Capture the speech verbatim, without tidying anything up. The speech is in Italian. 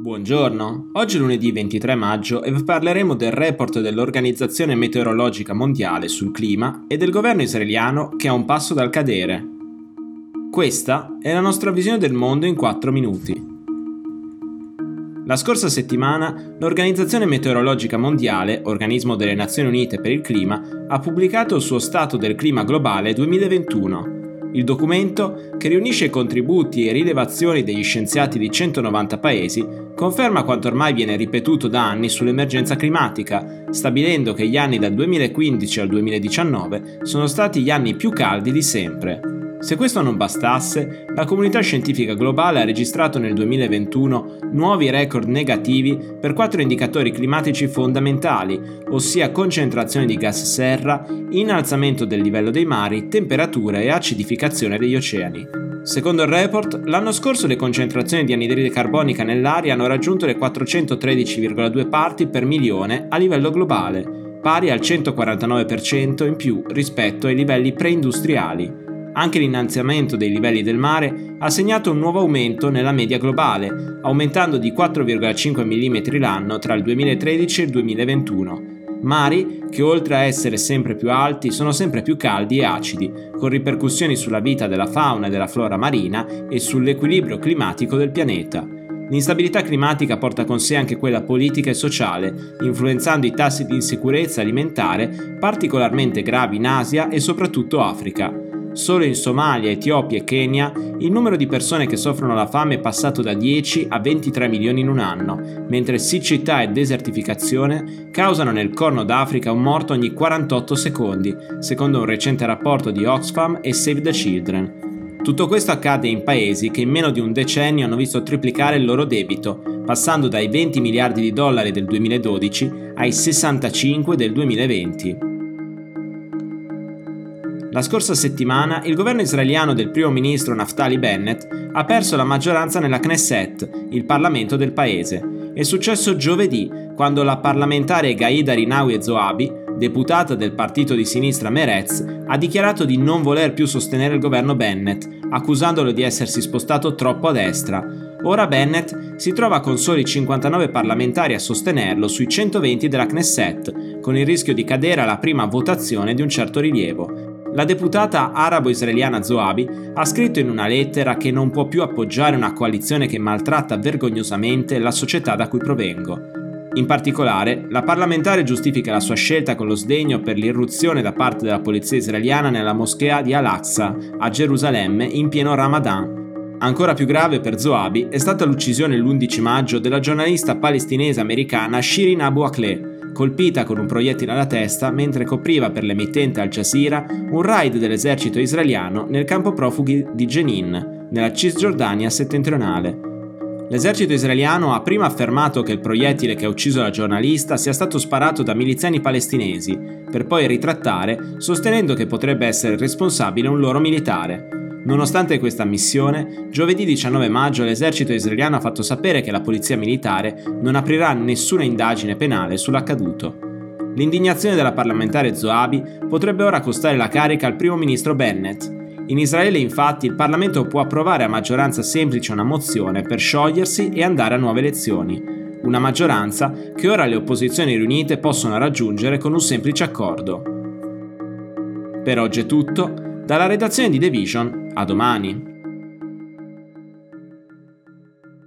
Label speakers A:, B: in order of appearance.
A: Buongiorno, oggi è lunedì ventitré maggio e vi parleremo del report dell'Organizzazione Meteorologica Mondiale sul clima e del governo israeliano che è a un passo dal cadere. Questa è la nostra visione del mondo in quattro minuti. La scorsa settimana l'Organizzazione Meteorologica Mondiale, organismo delle Nazioni Unite per il clima, ha pubblicato il suo Stato del clima globale duemilaventuno. Il documento, che riunisce contributi e rilevazioni degli scienziati di centonovanta paesi, conferma quanto ormai viene ripetuto da anni sull'emergenza climatica, stabilendo che gli anni dal duemilaquindici al duemiladiciannove sono stati gli anni più caldi di sempre. Se questo non bastasse, la comunità scientifica globale ha registrato nel duemilaventuno nuovi record negativi per quattro indicatori climatici fondamentali, ossia concentrazione di gas serra, innalzamento del livello dei mari, temperatura e acidificazione degli oceani. Secondo il report, l'anno scorso le concentrazioni di anidride carbonica nell'aria hanno raggiunto le quattrocentotredici virgola due parti per milione a livello globale, pari al centoquarantanove per cento in più rispetto ai livelli preindustriali. Anche l'innalzamento dei livelli del mare ha segnato un nuovo aumento nella media globale, aumentando di quattro virgola cinque millimetri l'anno tra il duemilatredici e il duemilaventuno. Mari che, oltre a essere sempre più alti, sono sempre più caldi e acidi, con ripercussioni sulla vita della fauna e della flora marina e sull'equilibrio climatico del pianeta. L'instabilità climatica porta con sé anche quella politica e sociale, influenzando i tassi di insicurezza alimentare particolarmente gravi in Asia e soprattutto Africa. Solo in Somalia, Etiopia e Kenya il numero di persone che soffrono la fame è passato da dieci a ventitré milioni in un anno, mentre siccità e desertificazione causano nel Corno d'Africa un morto ogni quarantotto secondi, secondo un recente rapporto di Oxfam e Save the Children. Tutto questo accade in paesi che in meno di un decennio hanno visto triplicare il loro debito, passando dai venti miliardi di dollari del duemiladodici ai sessantacinque del duemilaventi. La scorsa settimana il governo israeliano del primo ministro Naftali Bennett ha perso la maggioranza nella Knesset, il Parlamento del paese. È successo giovedì, quando la parlamentare Ghaida Rinawi Zoabi, deputata del partito di sinistra Meretz, ha dichiarato di non voler più sostenere il governo Bennett, accusandolo di essersi spostato troppo a destra. Ora Bennett si trova con soli cinquantanove parlamentari a sostenerlo sui centoventi della Knesset, con il rischio di cadere alla prima votazione di un certo rilievo. La deputata arabo-israeliana Zoabi ha scritto in una lettera che non può più appoggiare una coalizione che maltratta vergognosamente la società da cui provengo. In particolare, la parlamentare giustifica la sua scelta con lo sdegno per l'irruzione da parte della polizia israeliana nella moschea di Al-Aqsa, a Gerusalemme, in pieno Ramadan. Ancora più grave per Zoabi è stata l'uccisione l'undici maggio della giornalista palestinese americana Shirin Abu Akleh, colpita con un proiettile alla testa mentre copriva per l'emittente Al Jazeera un raid dell'esercito israeliano nel campo profughi di Jenin, nella Cisgiordania settentrionale. L'esercito israeliano ha prima affermato che il proiettile che ha ucciso la giornalista sia stato sparato da miliziani palestinesi, per poi ritrattare, sostenendo che potrebbe essere responsabile un loro militare. Nonostante questa ammissione, giovedì diciannove maggio l'esercito israeliano ha fatto sapere che la polizia militare non aprirà nessuna indagine penale sull'accaduto. L'indignazione della parlamentare Zoabi potrebbe ora costare la carica al primo ministro Bennett. In Israele, infatti, il Parlamento può approvare a maggioranza semplice una mozione per sciogliersi e andare a nuove elezioni. Una maggioranza che ora le opposizioni riunite possono raggiungere con un semplice accordo. Per oggi è tutto. Dalla redazione di The Vision, a domani.